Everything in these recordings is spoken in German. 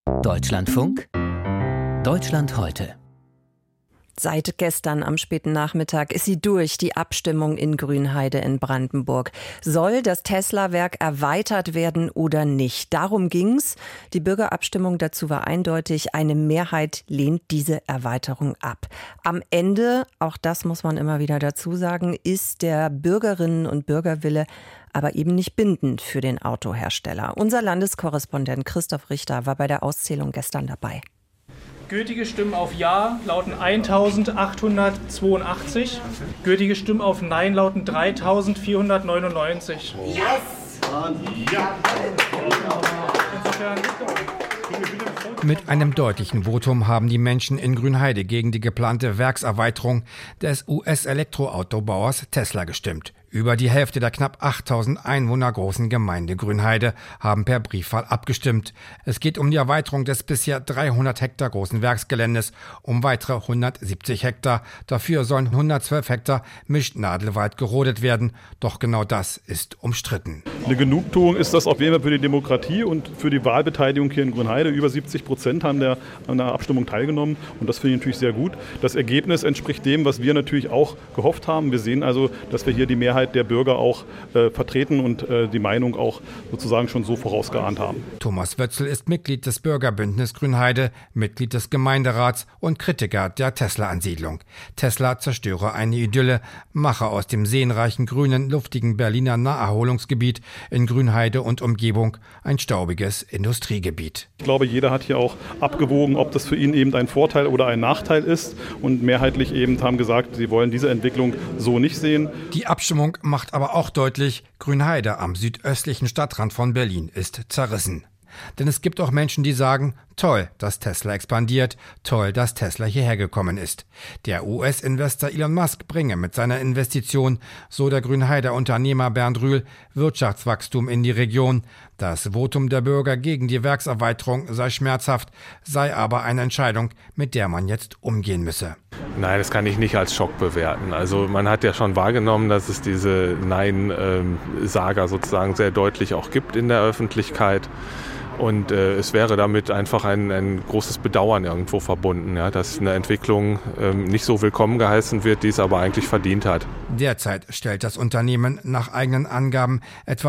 Deutschlandfunk, Deutschland heute. Seit gestern am späten Nachmittag ist sie durch, die Abstimmung in Grünheide in Brandenburg. Soll das Tesla-Werk erweitert werden oder nicht? Darum ging's. Die Bürgerabstimmung dazu war eindeutig. Eine Mehrheit lehnt diese Erweiterung ab. Am Ende, auch das muss man immer wieder dazu sagen, ist der Bürgerinnen- und Bürgerwille aber eben nicht bindend für den Autohersteller. Unser Landeskorrespondent Christoph Richter war bei der Auszählung gestern dabei. Gültige Stimmen auf Ja lauten 1.882. Gültige Stimmen auf Nein lauten 3.499. Yes! Ja! Mit einem deutlichen Votum haben die Menschen in Grünheide gegen die geplante Werkserweiterung des US-Elektroautobauers Tesla gestimmt. Über die Hälfte der knapp 8.000 Einwohner großen Gemeinde Grünheide haben per Briefwahl abgestimmt. Es geht um die Erweiterung des bisher 300 Hektar großen Werksgeländes um weitere 170 Hektar. Dafür sollen 112 Hektar Mischnadelwald gerodet werden. Doch genau das ist umstritten. Eine Genugtuung ist das auf jeden Fall für die Demokratie und für die Wahlbeteiligung hier in Grünheide. Über 70% haben an der Abstimmung teilgenommen und das finde ich natürlich sehr gut. Das Ergebnis entspricht dem, was wir natürlich auch gehofft haben. Wir sehen also, dass wir hier die Mehrheit der Bürger auch vertreten und die Meinung auch sozusagen schon so vorausgeahnt haben. Thomas Wötzl ist Mitglied des Bürgerbündnis Grünheide, Mitglied des Gemeinderats und Kritiker der Tesla-Ansiedlung. Tesla zerstöre eine Idylle, mache aus dem seenreichen, grünen, luftigen Berliner Naherholungsgebiet in Grünheide und Umgebung ein staubiges Industriegebiet. Ich glaube, jeder hat hier auch abgewogen, ob das für ihn eben ein Vorteil oder ein Nachteil ist und mehrheitlich eben haben gesagt, sie wollen diese Entwicklung so nicht sehen. Die Abstimmung macht aber auch deutlich, Grünheide am südöstlichen Stadtrand von Berlin ist zerrissen. Denn es gibt auch Menschen, die sagen, toll, dass Tesla expandiert, toll, dass Tesla hierher gekommen ist. Der US-Investor Elon Musk bringe mit seiner Investition, so der Grünheider Unternehmer Bernd Rühl, Wirtschaftswachstum in die Region. Das Votum der Bürger gegen die Werkserweiterung sei schmerzhaft, sei aber eine Entscheidung, mit der man jetzt umgehen müsse. Nein, das kann ich nicht als Schock bewerten. Also man hat ja schon wahrgenommen, dass es diese Nein-Sager sozusagen sehr deutlich auch gibt in der Öffentlichkeit. Und es wäre damit einfach ein großes Bedauern irgendwo verbunden, ja, dass eine Entwicklung nicht so willkommen geheißen wird, die es aber eigentlich verdient hat. Derzeit stellt das Unternehmen nach eigenen Angaben etwa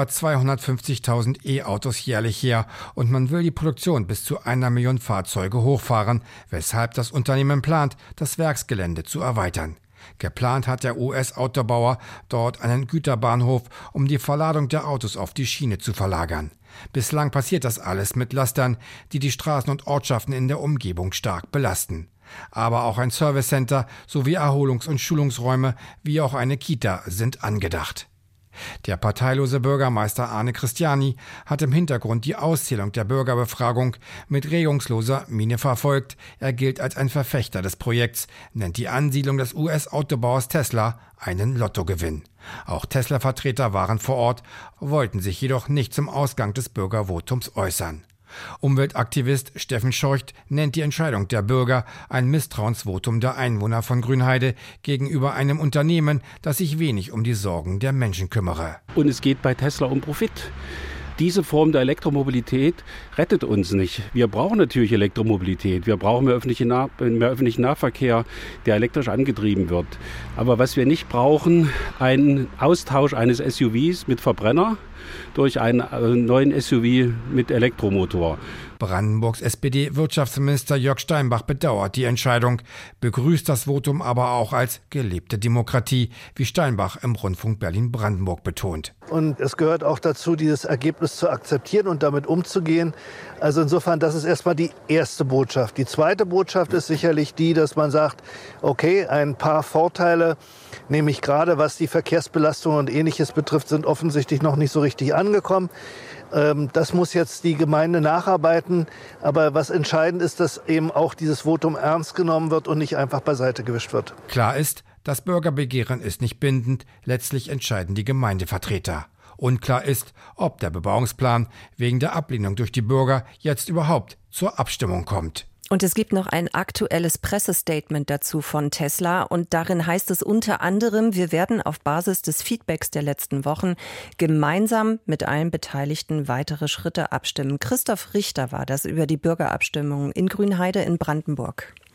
250.000 E-Autos jährlich her und man will die Produktion bis zu 1 Million Fahrzeuge hochfahren, weshalb das Unternehmen plant, das Werksgelände zu erweitern. Geplant hat der US-Autobauer dort einen Güterbahnhof, um die Verladung der Autos auf die Schiene zu verlagern. Bislang passiert das alles mit Lastern, die die Straßen und Ortschaften in der Umgebung stark belasten. Aber auch ein Servicecenter sowie Erholungs- und Schulungsräume wie auch eine Kita sind angedacht. Der parteilose Bürgermeister Arne Christiani hat im Hintergrund die Auszählung der Bürgerbefragung mit regungsloser Miene verfolgt. Er gilt als ein Verfechter des Projekts, nennt die Ansiedlung des US-Autobauers Tesla einen Lottogewinn. Auch Tesla-Vertreter waren vor Ort, wollten sich jedoch nicht zum Ausgang des Bürgervotums äußern. Umweltaktivist Steffen Scheucht nennt die Entscheidung der Bürger ein Misstrauensvotum der Einwohner von Grünheide gegenüber einem Unternehmen, das sich wenig um die Sorgen der Menschen kümmere. Und es geht bei Tesla um Profit. Diese Form der Elektromobilität rettet uns nicht. Wir brauchen natürlich Elektromobilität. Wir brauchen mehr öffentlichen Nahverkehr, der elektrisch angetrieben wird. Aber was wir nicht brauchen, einen Austausch eines SUVs mit Verbrenner durch einen neuen SUV mit Elektromotor. Brandenburgs SPD-Wirtschaftsminister Jörg Steinbach bedauert die Entscheidung, begrüßt das Votum aber auch als gelebte Demokratie, wie Steinbach im Rundfunk Berlin-Brandenburg betont. Und es gehört auch dazu, dieses Ergebnis zu akzeptieren und damit umzugehen. Also insofern, das ist erstmal die erste Botschaft. Die zweite Botschaft ist sicherlich die, dass man sagt, okay, ein paar Vorteile, nämlich gerade was die Verkehrsbelastung und Ähnliches betrifft, sind offensichtlich noch nicht so richtig angekommen. Das muss jetzt die Gemeinde nacharbeiten. Aber was entscheidend ist, dass eben auch dieses Votum ernst genommen wird und nicht einfach beiseite gewischt wird. Klar ist, das Bürgerbegehren ist nicht bindend. Letztlich entscheiden die Gemeindevertreter. Unklar ist, ob der Bebauungsplan wegen der Ablehnung durch die Bürger jetzt überhaupt zur Abstimmung kommt. Und es gibt noch ein aktuelles Pressestatement dazu von Tesla und darin heißt es unter anderem, wir werden auf Basis des Feedbacks der letzten Wochen gemeinsam mit allen Beteiligten weitere Schritte abstimmen. Christoph Richter war das über die Bürgerabstimmung in Grünheide in Brandenburg.